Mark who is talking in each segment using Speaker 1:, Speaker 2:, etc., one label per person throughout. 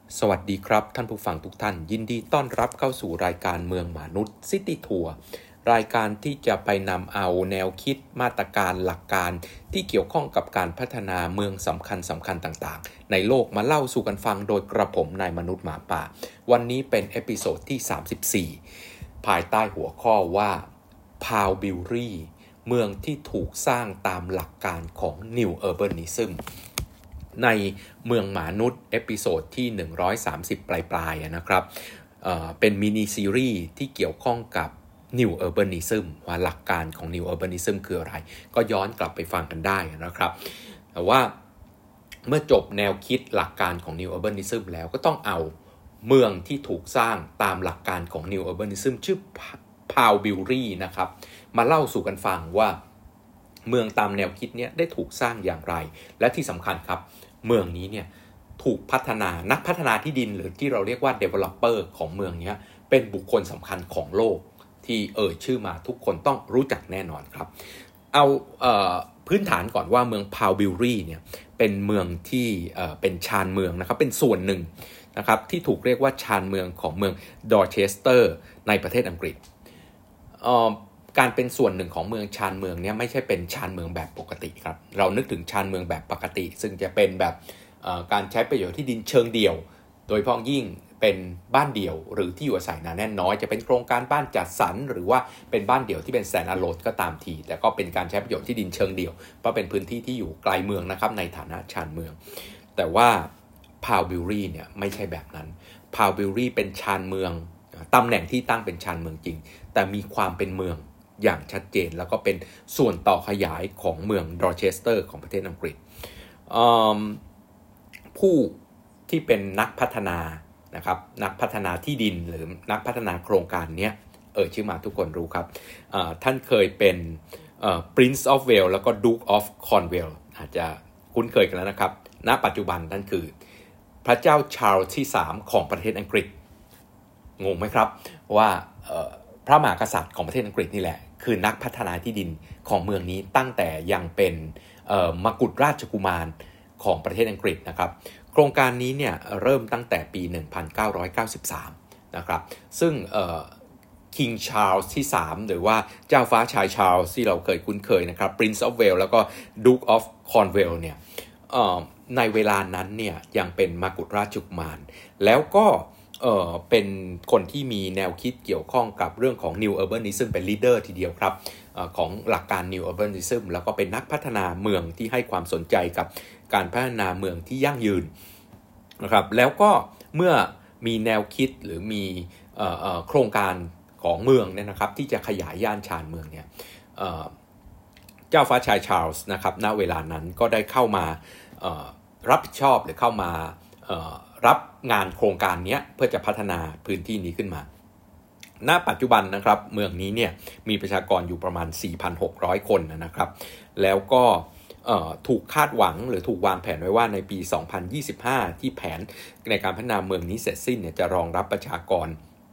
Speaker 1: สวัสดีครับท่านผู้ฟังทุกท่านยินดีต้อนรับเข้าสู่รายการเมืองมนุษย์ซิตี้ทัวร์รายการที่จะไปนำเอาแนวคิดมาตรการหลักการที่เกี่ยวข้องกับการพัฒนาเมืองสำคัญต่างๆในโลกมาเล่าสู่กันฟังโดยกระผมนายมนุษย์หมาป่าวันนี้เป็นเอพิโซดที่34ภายใต้หัวข้อว่าพาวบิลรีเมืองที่ถูกสร้างตามหลักการของ New Urbanismในเมืองมนุษย์เอพิโซดที่130ปลายๆนะครับเป็นมินิซีรีส์ที่เกี่ยวข้องกับ New Urbanism ว่าหลักการของ New Urbanism คืออะไรก็ย้อนกลับไปฟังกันได้นะครับแต่ว่าเมื่อจบแนวคิดหลักการของ New Urbanism แล้วก็ต้องเอาเมืองที่ถูกสร้างตามหลักการของ New Urbanism ชื่อพาวบิลรีนะครับมาเล่าสู่กันฟังว่าเมืองตามแนวคิดนี้ได้ถูกสร้างอย่างไรและที่สำคัญครับเมืองนี้เนี่ยถูกพัฒนานักพัฒนาที่ดินหรือที่เราเรียกว่า developer ของเมืองนี้เป็นบุคคลสำคัญของโลกที่ชื่อมาทุกคนต้องรู้จักแน่นอนครับเอาพื้นฐานก่อนว่าเมืองพาวบิลรีเนี่ยเป็นเมืองที่เป็นชานเมืองนะครับเป็นส่วนหนึ่งนะครับที่ถูกเรียกว่าชานเมืองของเมืองดอร์เชสเตอร์ในประเทศอังกฤษการเป็นส่วนหนึ่งของเมืองชานเมืองเนี่ยไม่ใช่เป็นชานเมืองแบบปกติครับเรานึกถึงชานเมืองแบบปกติซึ่งจะเป็นแบบการใช้ประโยชน์ที่ดินเชิงเดี่ยวโดยเฉพาะยิ่งเป็นบ้านเดี่ยวหรือที่อยู่อาศัยหนาแน่นน้อยจะเป็นโครงการบ้านจัดสรรหรือว่าเป็นบ้านเดี่ยวที่เป็นแสนอโลนก็ตามทีแต่ก็เป็นการใช้ประโยชน์ที่ดินเชิงเดี่ยวเพราะเป็นพื้นที่ที่อยู่ไกลเมืองนะครับในฐานะชานเมืองแต่ว่าพาวบิลรีเนี่ยไม่ใช่แบบนั้นพาวบิลรีเป็นชานเมืองตำแหน่งที่ตั้งเป็นชานเมืองจริงแต่มีความเป็นเมืองอย่างชัดเจนแล้วก็เป็นส่วนต่อขยายของเมืองดอร์เชสเตอร์ของประเทศอังกฤษผู้ที่เป็นนักพัฒนานะครับนักพัฒนาที่ดินหรือนักพัฒนาโครงการนี้ชื่อมาทุกคนรู้ครับท่านเคยเป็นPrince of Wales แล้วก็ Duke of Cornwall อาจจะคุ้นเคยกันแล้วนะครับณปัจจุบันนั่นคือพระเจ้าชาร์ลส์ที่3ของประเทศอังกฤษงงไหมครับว่าพระมหากษัตริย์ของประเทศอังกฤษนี่แหละคือนักพัฒนาที่ดินของเมืองนี้ตั้งแต่ยังเป็นมกุฎราชกุมารของประเทศอังกฤษนะครับโครงการนี้เนี่ยเริ่มตั้งแต่ปี 1993 นะครับซึ่งKing Charles ที่3หรือว่าเจ้าฟ้าชายชาร์ลส์ที่เราเคยคุ้นเคยนะครับ Prince of Wales แล้วก็ Duke of Cornwall เนี่ยในเวลานั้นเนี่ยยังเป็นมกุฎราชกุมารแล้วก็เป็นคนที่มีแนวคิดเกี่ยวข้องกับเรื่องของ New Urbanism เป็น leader ทีเดียวครับของหลักการ New Urbanism แล้วก็เป็นนักพัฒนาเมืองที่ให้ความสนใจกับการพัฒนาเมืองที่ยั่งยืนนะครับแล้วก็เมื่อมีแนวคิดหรือมีโครงการของเมืองเนี่ยนะครับที่จะขยายย่านชานเมืองเนี่ยเจ้าฟ้าชายชาร์ลส์นะครับณเวลานั้นก็ได้เข้ามารับผิดชอบหรือเข้ามารับงานโครงการนี้เพื่อจะพัฒนาพื้นที่นี้ขึ้นมาณปัจจุบันนะครับเมืองนี้เนี่ยมีประชากรอยู่ประมาณ 4,600 คนนะครับแล้วก็ถูกคาดหวังหรือถูกวางแผนไว้ว่าในปี 2025 ที่แผนในการพัฒนาเมืองนี้เสร็จสิ้นเนี่ยจะรองรับประชากร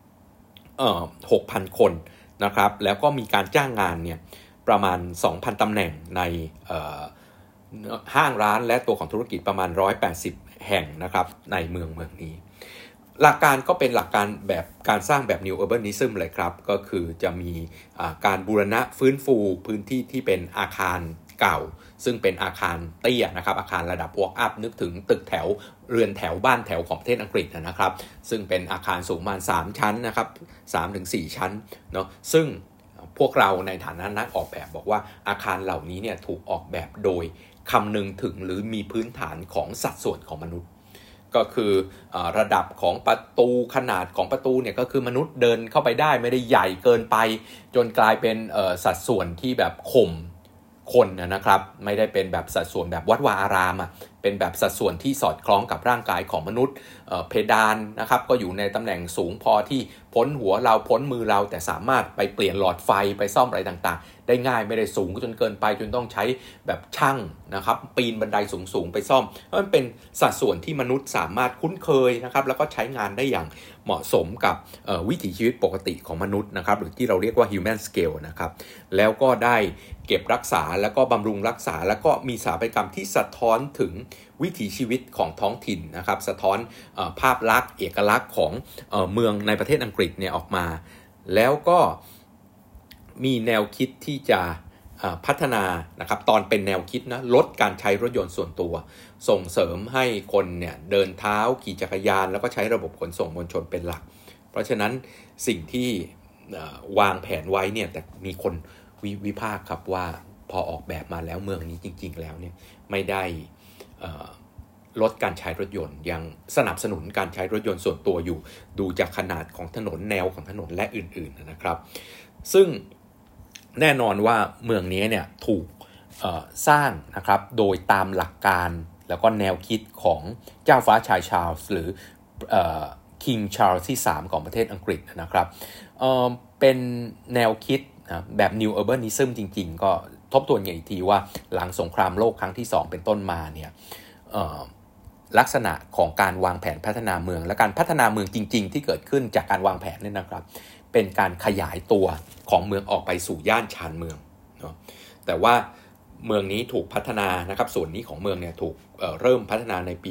Speaker 1: 6,000 คนนะครับแล้วก็มีการจ้างงานเนี่ยประมาณ 2,000 ตำแหน่งในห้างร้านและตัวของธุรกิจประมาณ180แห่งนะครับในเมืองนี้หลักการก็เป็นหลักการแบบการสร้างแบบ New Urbanism เลยครับก็คือจะมีการบูรณะฟื้นฟูพื้นที่ที่เป็นอาคารเก่าซึ่งเป็นอาคารเตี้ยนะครับอาคารระดับ walk up นึกถึงตึกแถวเรือนแถวบ้านแถวของประเทศอังกฤษนะครับซึ่งเป็นอาคารสูงประมาณ3ชั้นนะครับ 3-4 ชั้นเนาะซึ่งพวกเราในฐานะนักออกแบบบอกว่าอาคารเหล่านี้เนี่ยถูกออกแบบโดยคำนึงถึงหรือมีพื้นฐานของสัดส่วนของมนุษย์ก็คือระดับของประตูขนาดของประตูเนี่ยก็คือมนุษย์เดินเข้าไปได้ไม่ได้ใหญ่เกินไปจนกลายเป็นสัดส่วนที่แบบข่มคนนะครับไม่ได้เป็นแบบสัดส่วนแบบวัดวาอารามเป็นแบบสัดส่วนที่สอดคล้องกับร่างกายของมนุษย์เพดานนะครับก็อยู่ในตำแหน่งสูงพอที่พ้นหัวเราพ้นมือเราแต่สามารถไปเปลี่ยนหลอดไฟไปซ่อมอะไรต่างๆได้ง่ายไม่ได้สูงจนเกินไปจนต้องใช้แบบช่างนะครับปีนบันไดสูงๆไปซ่อมเพราะมันเป็นสัดส่วนที่มนุษย์สามารถคุ้นเคยนะครับแล้วก็ใช้งานได้อย่างเหมาะสมกับวิถีชีวิตปกติของมนุษย์นะครับหรือที่เราเรียกว่า human scale นะครับแล้วก็ได้เก็บรักษาแล้วก็บำรุงรักษาแล้วก็มีสถาปัตยกรรมที่สะท้อนถึงวิถีชีวิตของท้องถิ่นนะครับสะท้อนภาพลักษณ์เอกลักษณ์ของเมืองในประเทศอังกฤษเนี่ยออกมาแล้วก็มีแนวคิดที่จะพัฒนานะครับตอนเป็นแนวคิดนะลดการใช้รถยนต์ส่วนตัวส่งเสริมให้คนเนี่ยเดินเท้าขี่จักรยานแล้วก็ใช้ระบบขนส่งมวลชนเป็นหลักเพราะฉะนั้นสิ่งที่วางแผนไว้เนี่ยแต่มีคนวิพากษ์ครับว่าพอออกแบบมาแล้วเมืองนี้จริงๆแล้วเนี่ยไม่ได้ลดการใช้รถยนต์ยังสนับสนุนการใช้รถยนต์ส่วนตัวอยู่ดูจากขนาดของถนนแนวของถนนและอื่นๆนะครับซึ่งแน่นอนว่าเมืองนี้เนี่ยถูกสร้างนะครับโดยตามหลักการแล้วก็แนวคิดของเจ้าฟ้าชายชาร์ลส์หรือคิงชาร์ลส์ที่3ของประเทศอังกฤษนะครับเป็นแนวคิดนะแบบ New Urbanism จริงๆก็ทบทวนอีกทีว่าหลังสงครามโลกครั้งที่2เป็นต้นมาเนี่ยลักษณะของการวางแผนพัฒนาเมืองและการพัฒนาเมืองจริงๆที่เกิดขึ้นจากการวางแผนเนี่ยนะครับเป็นการขยายตัวของเมืองออกไปสู่ย่านชานเมืองเนาะแต่ว่าเมืองนี้ถูกพัฒนานะครับส่วนนี้ของเมืองเนี่ยถูกเริ่มพัฒนาในปี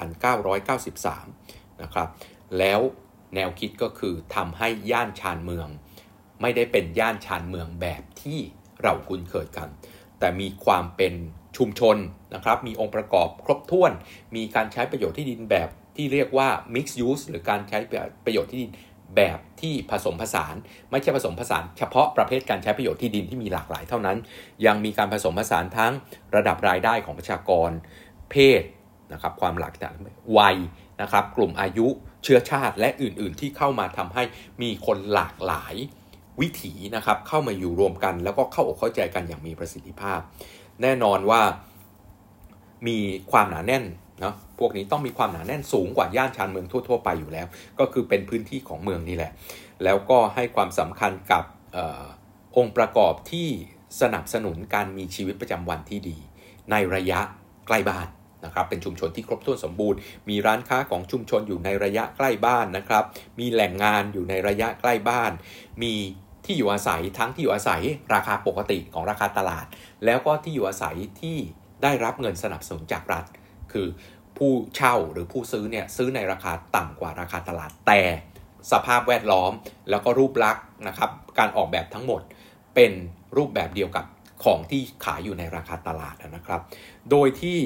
Speaker 1: 1993 นะครับแล้วแนวคิดก็คือทำให้ย่านชานเมืองไม่ได้เป็นย่านชานเมืองแบบที่เราคุ้นเคยกันแต่มีความเป็นชุมชนนะครับมีองค์ประกอบครบถ้วนมีการใช้ประโยชน์ที่ดินแบบที่เรียกว่า mixed use หรือการใช้ประโยชน์ที่ดินแบบที่ผสมผสานไม่ใช่ผสมผสานเฉพาะประเภทการใช้ประโยชน์ที่ดินที่มีหลากหลายเท่านั้นยังมีการผสมผสานทั้งระดับรายได้ของประชากรเพศนะครับความหลากหลายวัยนะครับกลุ่มอายุเชื้อชาติและอื่นๆที่เข้ามาทำให้มีคนหลากหลายวิถีนะครับเข้ามาอยู่รวมกันแล้วก็เข้าอกเข้าใจกันอย่างมีประสิทธิภาพแน่นอนว่ามีความหนาแน่นนะพวกนี้ต้องมีความหนาแน่นสูงกว่าย่านชานเมืองทั่วๆไปอยู่แล้วก็คือเป็นพื้นที่ของเมืองนี่แหละแล้วก็ให้ความสำคัญกับองค์ประกอบที่สนับสนุนการมีชีวิตประจำวันที่ดีในระยะใกล้บ้านนะครับเป็นชุมชนที่ครบถ้วนสมบูรณ์มีร้านค้าของชุมชนอยู่ในระยะใกล้บ้านนะครับมีแหล่งงานอยู่ในระยะใกล้บ้านมีที่อยู่อาศัยทั้งที่อยู่อาศัยราคาปกติของราคาตลาดแล้วก็ที่อยู่อาศัยที่ได้รับเงินสนับสนุนจากรัฐคือผู้เช่าหรือผู้ซื้อเนี่ยซื้อในราคาต่ำกว่าราคาตลาดแต่สภาพแวดล้อมแล้วก็รูปลักษณ์นะครับการออกแบบทั้งหมดเป็นรูปแบบเดียวกับของที่ขายอยู่ในราคาตลาดนะครับโดยที่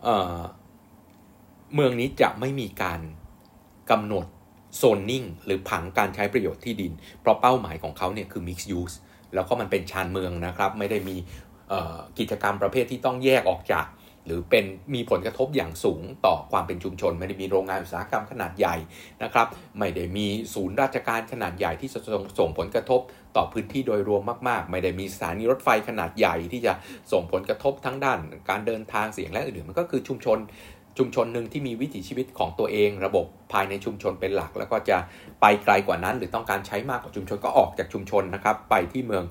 Speaker 1: เมืองนี้จะไม่มีการกำหนดโซนนิ่งหรือผังการใช้ประโยชน์ที่ดินเพราะเป้าหมายของเขาเนี่ยคือ mixed use แล้วก็มันเป็นชานเมืองนะครับไม่ได้มีกิจกรรมประเภทที่ต้องแยกออกจากหรือเป็นมีผลกระทบอย่างสูงต่อความเป็นชุมชนไม่ได้มีโรงงานอุตสาหกรรมขนาดใหญ่นะครับไม่ได้มีศูนย์ราชการขนาดใหญ่ที่จะส่งผลกระทบต่อพื้นที่โดยรวมมากๆไม่ได้มีสถานีรถไฟขนาดใหญ่ที่จะส่งผลกระทบทั้งด้านการเดินทางเสียงและอื่นๆมันก็คือชุมชนหนึ่งที่มีวิถีชีวิตของตัวเองระบบภายในชุมชนเป็นหลักแล้วก็จะไปไกลกว่านั้นหรือต้องการใช้มากกว่าชุมชนก็ออกจากชุมชนนะครับไปที่เมือง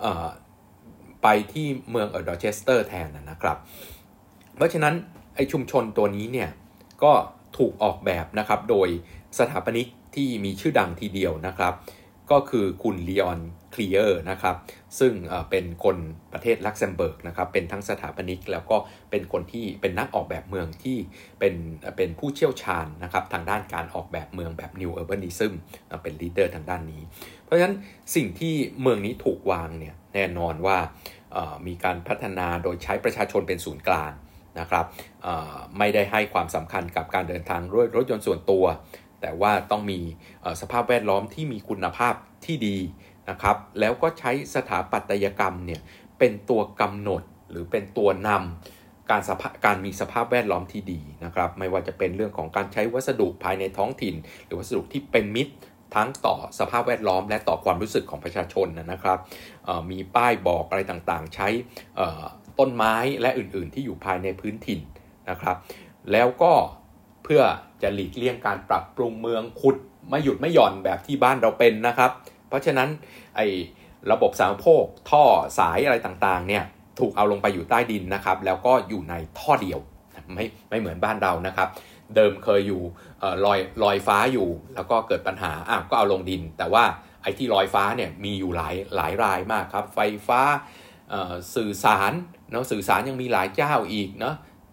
Speaker 1: ดอเชสเตอร์แทนนะครับเพราะฉะนั้นไอชุมชนตัวนี้เนี่ยก็ถูกออกแบบนะครับโดยสถาปนิกที่มีชื่อดังทีเดียวนะครับก็คือคุณลีออนเคลียร์นะครับซึ่งเป็นคนประเทศลักเซมเบิร์กนะครับเป็นทั้งสถาปนิกแล้วก็เป็นคนที่เป็นนักออกแบบเมืองที่เป็นผู้เชี่ยวชาญนะครับทางด้านการออกแบบเมืองแบบ New Urbanism เป็นลีดเดอร์ทางด้านนี้เพราะฉะนั้นสิ่งที่เมืองนี้ถูกวางเนี่ยแน่นอนว่ามีการพัฒนาโดยใช้ประชาชนเป็นศูนย์กลางนะครับไม่ได้ให้ความสำคัญกับการเดินทางด้วยรถยนต์ส่วนตัวแต่ว่าต้องมีสภาพแวดล้อมที่มีคุณภาพที่ดีนะครับแล้วก็ใช้สถาปัตยกรรมเนี่ยเป็นตัวกำหนดหรือเป็นตัวนำการมีสภาพแวดล้อมที่ดีนะครับไม่ว่าจะเป็นเรื่องของการใช้วัสดุภายในท้องถิ่นหรือวัสดุที่เป็นมิตรทั้งต่อสภาพแวดล้อมและต่อความรู้สึกของประชาชนนะครับมีป้ายบอกอะไรต่างๆใช้ต้นไม้และอื่นๆที่อยู่ภายในพื้นถิ่นนะครับแล้วก็เพื่อจะหลีกเลี่ยงการปรับปรุงเมืองขุดไม่หยุดไม่หย่อนแบบที่บ้านเราเป็นนะครับเพราะฉะนั้นไอ้ระบบสาธารณูปโภคท่อสายอะไรต่างๆเนี่ยถูกเอาลงไปอยู่ใต้ดินนะครับแล้วก็อยู่ในท่อเดียวไม่เหมือนบ้านเรานะครับเดิมเคยอยู่ลอยฟ้าอยู่แล้วก็เกิดปัญหาก็เอาลงดินแต่ว่าไอ้ที่ลอยฟ้าเนี่ยมีอยู่หลายรายมากครับไฟฟ้าสื่อสารเนาะสื่อสารยังมีหลายเจ้าอีกเนาะ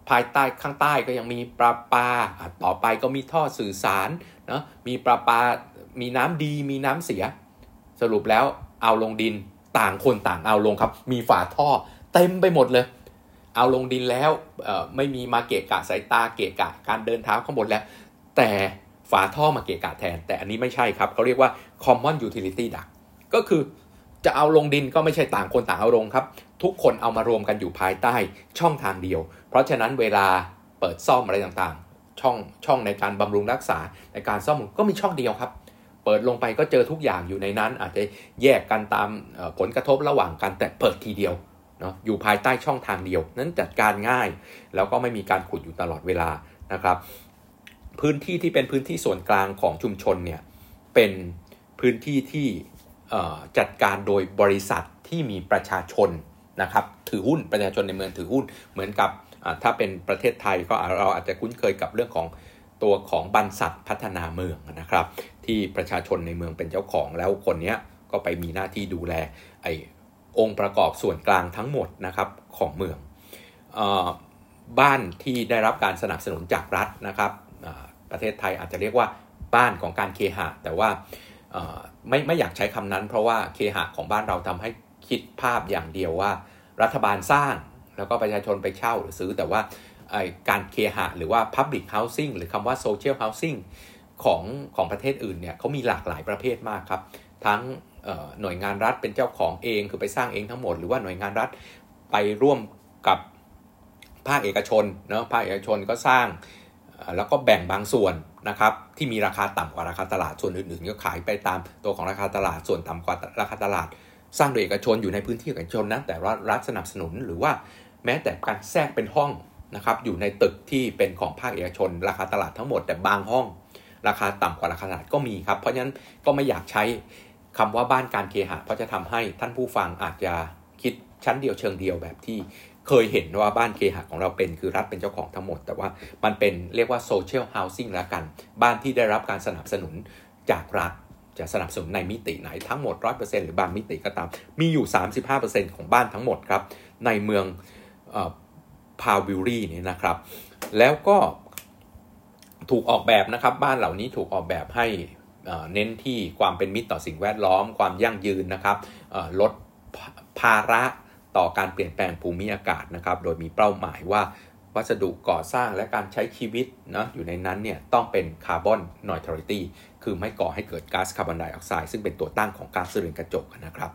Speaker 1: ภายใต้ข้างใต้ก็ยังมีประปาต่อไปก็มีท่อสื่อสารนะมีประปามีน้ำดีมีน้ำเสียสรุปแล้วเอาลงดินต่างคนต่างเอาลงครับมีฝาท่อเต็มไปหมดเลยเอาลงดินแล้วไม่มีมาเกะกะสายตาเกะกะการเดินเท้าข้างบนแล้วแต่ฝาท่อมาเกะกะแทนแต่อันนี้ไม่ใช่ครับเขาเรียกว่า common utility duct ก็คือจะเอาลงดินก็ไม่ใช่ต่างคนต่างเอาลงครับทุกคนเอามารวมกันอยู่ภายใต้ช่องทางเดียวเพราะฉะนั้นเวลาเปิดซ่อมอะไรต่างๆช่องในการบำรุงรักษาในการซ่อมก็มีช่องเดียวครับเปิดลงไปก็เจอทุกอย่างอยู่ในนั้นอาจจะแยกกันตามผลกระทบระหว่างกันแต่เปิดทีเดียวเนาะอยู่ภายใต้ช่องทางเดียวนั้นจัดการง่ายแล้วก็ไม่มีการขุดอยู่ตลอดเวลานะครับพื้นที่ที่เป็นพื้นที่ส่วนกลางของชุมชนเนี่ยเป็นพื้นที่ที่จัดการโดยบริษัทที่มีประชาชนนะครับถือหุ้นประชาชนในเมืองถือหุ้นเหมือนกับถ้าเป็นประเทศไทยก็เราอาจจะคุ้นเคยกับเรื่องของตัวของบรรษัทพัฒนาเมืองนะครับที่ประชาชนในเมืองเป็นเจ้าของแล้วคนนี้ก็ไปมีหน้าที่ดูแลองค์ประกอบส่วนกลางทั้งหมดนะครับของเมืองบ้านที่ได้รับการสนับสนุนจากรัฐนะครับประเทศไทยอาจจะเรียกว่าบ้านของการเคหะแต่ว่าไม่อยากใช้คำนั้นเพราะว่าเคหะของบ้านเราทำให้คิดภาพอย่างเดียวว่ารัฐบาลสร้างแล้วก็ประชาชนไปเช่าหรือซื้อแต่ว่าการเคหะหรือว่า Public Housing หรือคำว่า Social Housing ของประเทศอื่นเนี่ยเขามีหลากหลายประเภทมากครับทั้งหน่วยงานรัฐเป็นเจ้าของเองคือไปสร้างเองทั้งหมดหรือว่าหน่วยงานรัฐไปร่วมกับภาคเอกชนเนาะภาคเอกชนก็สร้างแล้วก็แบ่งบางส่วนนะครับที่มีราคาต่ำกว่าราคาตลาดส่วนอื่นๆก็ขายไปตามตัวของราคาตลาดส่วนต่ำกว่าราคาตลาดสร้างโดยเอกชนอยู่ในพื้นที่เอกชนนะแต่รัฐสนับสนุนหรือว่าแม้แต่การแทรกเป็นห้องนะครับอยู่ในตึกที่เป็นของภาคเอกชนราคาตลาดทั้งหมดแต่บางห้องราคาต่ำกว่าราคาตลาดก็มีครับเพราะฉะนั้นก็ไม่อยากใช้คำว่าบ้านการเคหะเพราะจะทำให้ท่านผู้ฟังอาจจะคิดชั้นเดียวเชิงเดียวแบบที่เคยเห็นว่าบ้านเคหะของเราเป็นคือรัฐเป็นเจ้าของทั้งหมดแต่ว่ามันเป็นเรียกว่า social housing แล้วกันบ้านที่ได้รับการสนับสนุนจากรัฐจะสนับสนุนในมิติไหนทั้งหมด 100% หรือบางมิติก็ตามมีอยู่ 35% ของบ้านทั้งหมดครับในเมืองพาวิลลี่นี่นะครับแล้วก็ถูกออกแบบนะครับบ้านเหล่านี้ถูกออกแบบให้เน้นที่ความเป็นมิตรต่อสิ่งแวดล้อมความยั่งยืนนะครับลดภาระต่อการเปลี่ยนแปลงภูมิอากาศนะครับโดยมีเป้าหมายว่าวัสดุก่อสร้างและการใช้ชีวิตนะอยู่ในนั้นเนี่ยต้องเป็นคาร์บอนนอยทรัลิตี้คือไม่ก่อให้เกิดก๊าซคาร์บอนไดออกไซด์ซึ่งเป็นตัวตั้งของก๊าซเรือนกระจกนะครับ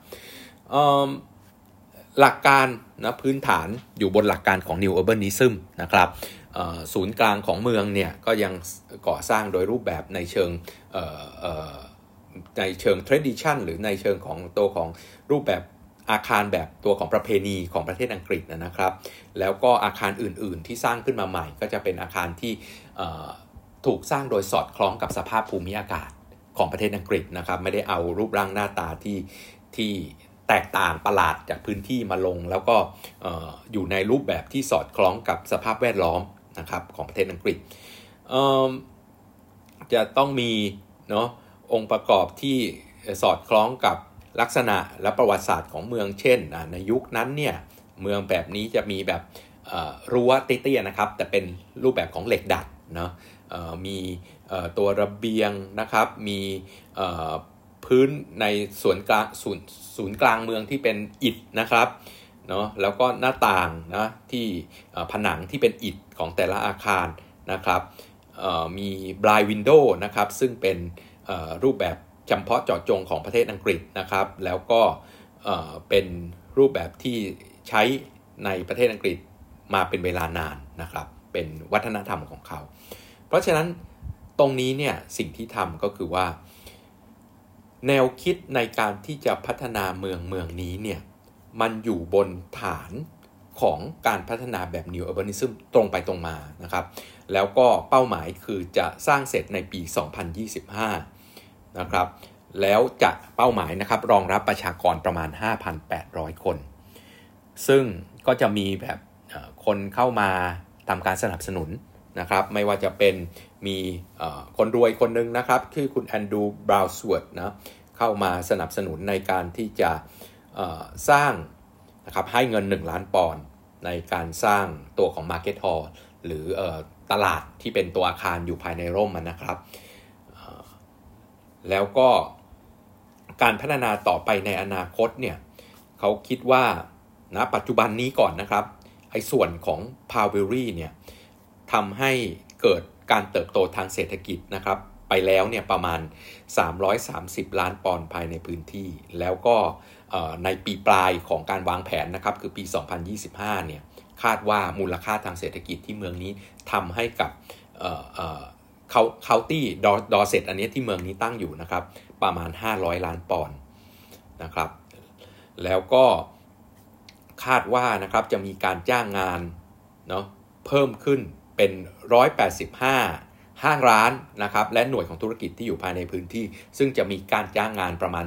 Speaker 1: หลักการนะพื้นฐานอยู่บนหลักการของ New Urbanism นะครับศูนย์กลางของเมืองเนี่ยก็ยังก่อสร้างโดยรูปแบบในเชิง tradition หรือในเชิงของตัวของรูปแบบอาคารแบบตัวของประเพณีของประเทศอังกฤษนะครับแล้วก็อาคารอื่นๆที่สร้างขึ้นมาใหม่ก็จะเป็นอาคารที่ถูกสร้างโดยสอดคล้องกับสภาพภูมิอากาศของประเทศอังกฤษนะครับไม่ได้เอารูปร่างหน้าตาที่แตกต่างประหลาดจากพื้นที่มาลงแล้วก็อยู่ในรูปแบบที่สอดคล้องกับสภาพแวดล้อมนะครับของประเทศอังกฤษจะต้องมีเนาะองค์ประกอบที่สอดคล้องกับลักษณะและประวัติศาสตร์ของเมืองเช่นในยุคนั้นเนี่ยเมืองแบบนี้จะมีแบบรั้วเตี้ยๆนะครับแต่เป็นรูปแบบของเหล็กดัดเนาะมีตัวระเบียงนะครับมีพื้นในศูนย์กลางเมืองที่เป็นอิฐนะครับเนาะแล้วก็หน้าต่างนะที่ผนังที่เป็นอิฐของแต่ละอาคารนะครับมีบลายวินโดว์นะครับซึ่งเป็นรูปแบบเฉพาะเจาะจงของประเทศอังกฤษนะครับแล้วก็เป็นรูปแบบที่ใช้ในประเทศอังกฤษมาเป็นเวลานานนะครับเป็นวัฒนธรรมของเขาเพราะฉะนั้นตรงนี้เนี่ยสิ่งที่ทำก็คือว่าแนวคิดในการที่จะพัฒนาเมืองนี้เนี่ยมันอยู่บนฐานของการพัฒนาแบบ New Urbanism ตรงไปตรงมานะครับแล้วก็เป้าหมายคือจะสร้างเสร็จในปี 2025 นะครับแล้วจะเป้าหมายนะครับรองรับประชากรประมาณ 5,800 คนซึ่งก็จะมีแบบคนเข้ามาทำการสนับสนุนนะครับไม่ว่าจะเป็นมีคนรวยคนหนึ่งนะครับคือคุณแอนดรูว์บราวน์สวอร์ธนะเข้ามาสนับสนุนในการที่จะสร้างนะครับให้เงิน1 ล้านปอนด์ในการสร้างตัวของ Market Hall หรือตลาดที่เป็นตัวอาคารอยู่ภายในร่มนะครับแล้วก็การพัฒนาต่อไปในอนาคตเนี่ยเขาคิดว่านะปัจจุบันนี้ก่อนนะครับไอ้ส่วนของ Poweri เนี่ยทำให้เกิดการเติบโตทางเศรษฐกิจนะครับไปแล้วเนี่ยประมาณ330ล้านปอนด์ภายในพื้นที่แล้วก็ในปีปลายของการวางแผนนะครับคือปี2025เนี่ยคาดว่ามูลค่าทางเศรษฐกิจที่เมืองนี้ทำให้กับเคาน์ตี้ดอเซตอันนี้ที่เมืองนี้ตั้งอยู่นะครับประมาณ500ล้านปอนด์นะครับแล้วก็คาดว่านะครับจะมีการจ้างงานเนาะเพิ่มขึ้นเป็น185ห้างร้านนะครับและหน่วยของธุรกิจที่อยู่ภายในพื้นที่ซึ่งจะมีการจ้างงานประมาณ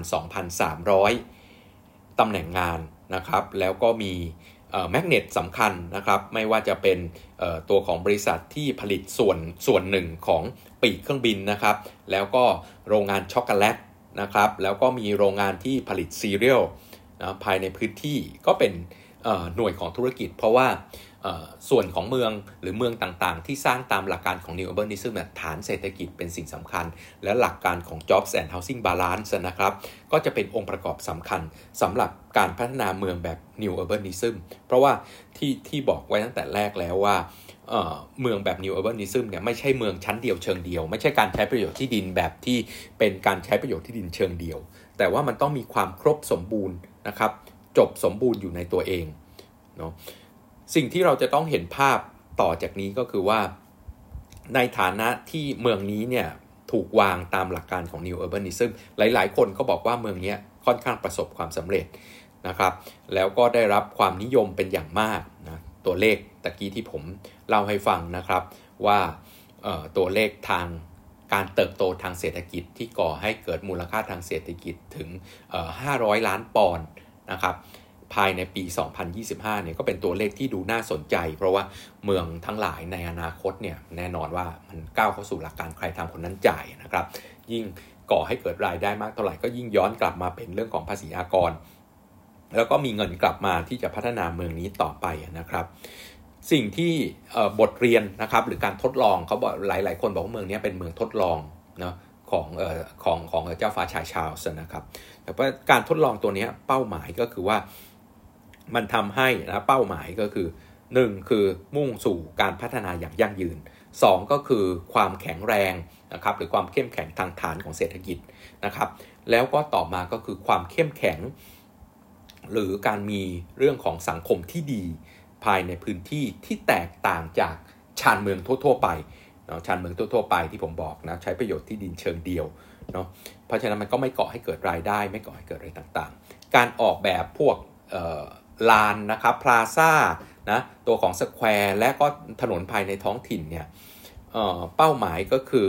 Speaker 1: 2,300 ตำแหน่งงานนะครับแล้วก็มีแมกเนตสำคัญนะครับไม่ว่าจะเป็นตัวของบริษัทที่ผลิตส่วนหนึ่งของปีกเครื่องบินนะครับแล้วก็โรงงานช็อกโกแลตนะครับแล้วก็มีโรงงานที่ผลิตซีเรียลนะภายในพื้นที่ก็เป็นหน่วยของธุรกิจเพราะว่าส่วนของเมืองหรือเมืองต่างๆที่สร้างตามหลักการของ New Urbanism ฐานเศรษฐกิจเป็นสิ่งสำคัญและหลักการของ Jobs and Housing Balance นะครับก็จะเป็นองค์ประกอบสำคัญสำหรับการพัฒนาเมืองแบบ New Urbanism เพราะว่าที่บอกไว้ตั้งแต่แรกแล้วว่าเมืองแบบ New Urbanism เนี่ยไม่ใช่เมืองชั้นเดียวเชิงเดียวไม่ใช่การใช้ประโยชน์ที่ดินแบบที่เป็นการใช้ประโยชน์ที่ดินเชิงเดียวแต่ว่ามันต้องมีความครบสมบูรณ์นะครับจบสมบูรณ์อยู่ในตัวเองเนาะสิ่งที่เราจะต้องเห็นภาพต่อจากนี้ก็คือว่าในฐานะที่เมืองนี้เนี่ยถูกวางตามหลักการของ New Urbanism หลายๆคนก็บอกว่าเมืองนี้ค่อนข้างประสบความสำเร็จนะครับแล้วก็ได้รับความนิยมเป็นอย่างมากนะตัวเลขตะกี้ที่ผมเล่าให้ฟังนะครับว่าตัวเลขทางการเติบโตทางเศรษฐกิจที่ก่อให้เกิดมูลค่าทางเศรษฐกิจถึง500ล้านปอนด์นะครับภายในปี2025เนี่ยก็เป็นตัวเลขที่ดูน่าสนใจเพราะว่าเมืองทั้งหลายในอนาคตเนี่ยแน่นอนว่ามันก้าวเข้าสู่หลักการใครทำคนนั้นจ่ายนะครับยิ่งก่อให้เกิดรายได้มากเท่าไหร่ก็ยิ่งย้อนกลับมาเป็นเรื่องของภาษีอากรแล้วก็มีเงินกลับมาที่จะพัฒนาเมืองนี้ต่อไปนะครับสิ่งที่บทเรียนนะครับหรือการทดลองเขาบอกหลายๆคนบอกว่าเมืองนี้เป็นเมืองทดลองเนาะของเจ้าฟ้าชายชาร์ลส์นะครับแต่ว่าการทดลองตัวนี้เป้าหมายก็คือว่ามันทำให้นะเป้าหมายก็คือ1คือมุ่งสู่การพัฒนาอย่างยั่งยืน2ก็คือความแข็งแรงนะครับหรือความเข้มแข็งทางฐานของเศรษฐกิจนะครับแล้วก็ต่อมาก็คือความเข้มแข็งหรือการมีเรื่องของสังคมที่ดีภายในพื้นที่ที่แตกต่างจากชานเมืองทั่วๆไปเนาะชานเมืองทั่วๆไปที่ผมบอกนะใช้ประโยชน์ที่ดินเชิงเดียวเนาะเพราะฉะนั้นมันก็ไม่ก่อให้เกิดรายได้ไม่ก่อให้เกิดอะไรต่างๆการออกแบบพวกลานนะครับพลาซ่านะตัวของสแควร์และก็ถนนภายในท้องถิ่นเนี่ยเป้าหมายก็คือ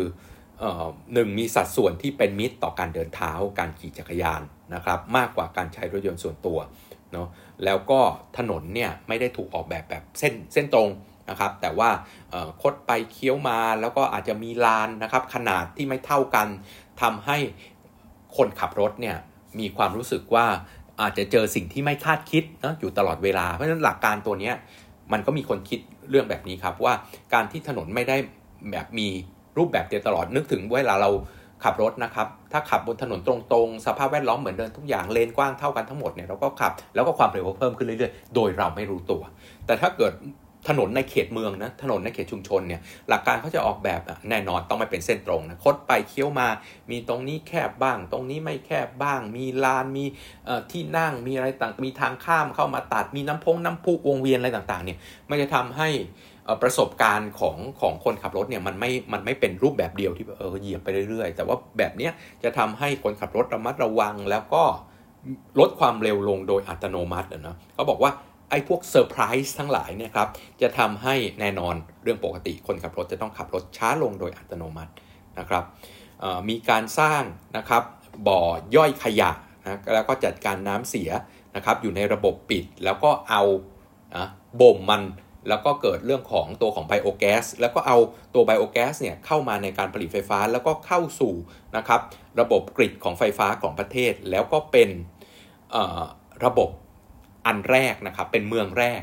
Speaker 1: 1มีสัดส่วนที่เป็นมิตรต่อการเดินเท้าการขี่จักรยานนะครับมากกว่าการใช้รถยนต์ส่วนตัวเนาะแล้วก็ถนนเนี่ยไม่ได้ถูกออกแบบเส้นตรงนะครับแต่ว่าคดไปเคี้ยวมาแล้วก็อาจจะมีลานนะครับขนาดที่ไม่เท่ากันทำให้คนขับรถเนี่ยมีความรู้สึกว่าอาจจะเจอสิ่งที่ไม่คาดคิดนะอยู่ตลอดเวลาเพราะฉะนั้นหลักการตัวนี้มันก็มีคนคิดเรื่องแบบนี้ครับว่าการที่ถนนไม่ได้แบบมีรูปแบบเดียวตลอดนึกถึงเวลาเราขับรถนะครับถ้าขับบนถนนตรงๆสภาพแวดล้อมเหมือนเดิมทุกอย่างเลนกว้างเท่ากันทั้งหมดเนี่ยเราก็ขับแล้วก็ความเร็วเพิ่มขึ้นเรื่อยๆโดยเราไม่รู้ตัวแต่ถ้าเกิดถนนในเขตเมืองนะถนนในเขตชุมชนเนี่ยหลักการเขาจะออกแบบแน่นอนต้องไม่เป็นเส้นตรงนะคดไปเคี้ยวมามีตรงนี้แคบบ้างตรงนี้ไม่แคบบ้างมีลานมีที่นั่งมีอะไรต่างมีทางข้ามเข้ามาตัดมีน้ำพุวงเวียนอะไรต่างๆเนี่ยมันจะทำให้ประสบการณ์ของคนขับรถเนี่ยมันไม่เป็นรูปแบบเดียวที่เหยียบไปเรื่อยๆแต่ว่าแบบนี้จะทำให้คนขับรถระมัดระวังแล้วก็ลดความเร็วลงโดยอัตโนมัตินะเขาบอกว่าไอ้พวกเซอร์ไพรส์ทั้งหลายเนี่ยครับจะทำให้แน่นอนเรื่องปกติคนขับรถจะต้องขับรถช้าลงโดยอัตโนมัตินะครับมีการสร้างนะครับบ่อย่อยขยะนะแล้วก็จัดการน้ำเสียนะครับอยู่ในระบบปิดแล้วก็เอาบ่มมันแล้วก็เกิดเรื่องของตัวของไบโอแก๊สแล้วก็เอาตัวไบโอแก๊สเนี่ยเข้ามาในการผลิตไฟฟ้าแล้วก็เข้าสู่นะครับระบบกริดของไฟฟ้าของประเทศแล้วก็เป็นระบบอันแรกนะครับเป็นเมืองแรก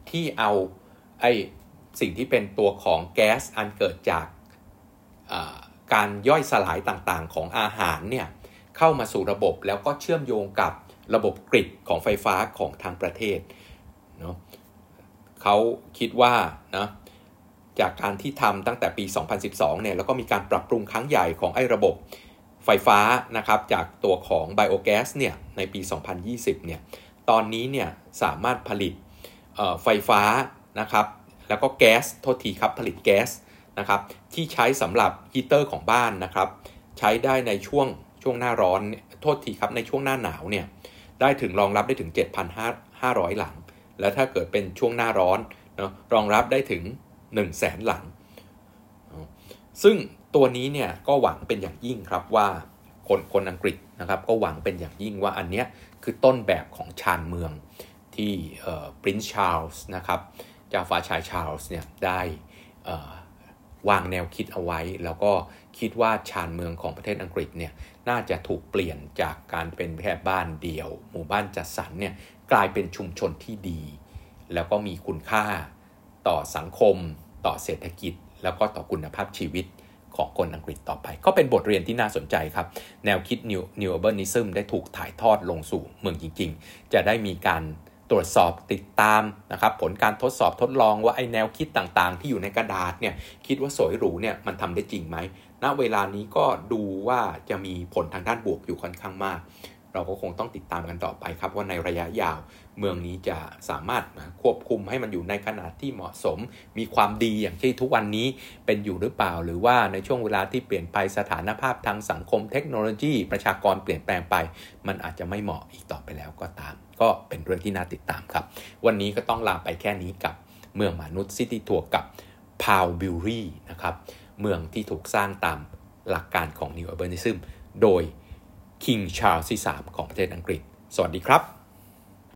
Speaker 1: ที่เอาไอ้สิ่งที่เป็นตัวของแก๊สอันเกิดจากการย่อยสลายต่างๆของอาหารเนี่ยเข้ามาสู่ระบบแล้วก็เชื่อมโยงกับระบบกริดของไฟฟ้าของทางประเทศเนาะเขาคิดว่านะจากการที่ทำตั้งแต่ปี 2012 เนี่ยแล้วก็มีการปรับปรุงครั้งใหญ่ของไอ้ระบบไฟฟ้านะครับจากตัวของไบโอแก๊สเนี่ยในปี 2020 เนี่ยตอนนี้เนี่ยสามารถผลิตไฟฟ้านะครับแล้วก็แก๊สโทษทีครับผลิตแก๊สนะครับที่ใช้สำหรับฮีเตอร์ของบ้านนะครับใช้ได้ในช่วงหน้าร้อนโทษทีครับในช่วงหน้าหนาวเนี่ยได้ถึงรองรับได้ถึง 7,500 หลังแล้วถ้าเกิดเป็นช่วงหน้าร้อนเนาะรองรับได้ถึง 100,000 หลังซึ่งตัวนี้เนี่ยก็หวังเป็นอย่างยิ่งครับว่าคนอังกฤษนะครับก็หวังเป็นอย่างยิ่งว่าอันเนี้ยคือต้นแบบของชานเมืองที่Prince Charles นะครับเจ้าฟ้าชายชาร์ลส์เนี่ยได้วางแนวคิดเอาไว้แล้วก็คิดว่าชานเมืองของประเทศอังกฤษเนี่ยน่าจะถูกเปลี่ยนจากการเป็นแค่บ้านเดี่ยวหมู่บ้านจัดสรรเนี่ยกลายเป็นชุมชนที่ดีแล้วก็มีคุณค่าต่อสังคมต่อเศรษฐกิจแล้วก็ต่อคุณภาพชีวิตของคนอังกฤษต่อไปก็เป็นบทเรียนที่น่าสนใจครับแนวคิด New Urbanism ได้ถูกถ่ายทอดลงสู่เมืองจริงๆจะได้มีการตรวจสอบติดตามนะครับผลการทดสอบทดลองว่าไอ้แนวคิดต่างๆที่อยู่ในกระดาษเนี่ยคิดว่าสวยหรูเนี่ยมันทำได้จริงไหมณเวลานี้ก็ดูว่าจะมีผลทางด้านบวกอยู่ค่อนข้างมากเราก็คงต้องติดตามกันต่อไปครับว่าในระยะยาวเมืองนี้จะสามารถควบคุมให้มันอยู่ในขนาดที่เหมาะสมมีความดีอย่างที่ทุกวันนี้เป็นอยู่หรือเปล่าหรือว่าในช่วงเวลาที่เปลี่ยนไปสถานภาพทางสังคมเทคโนโลยีประชากรเปลี่ยนแปลงไปมันอาจจะไม่เหมาะอีกต่อไปแล้วก็ตามก็เป็นเรื่องที่น่าติดตามครับวันนี้ก็ต้องลาไปแค่นี้กับเมืองมนุษย์ซิตี้ทัวร์กับพาวบิลรีนะครับเมืองที่ถูกสร้างตามหลักการของ New Urbanism โดยคิงชาร์ลส์ที่ 3ของประเทศอังกฤษสวัสดีครับ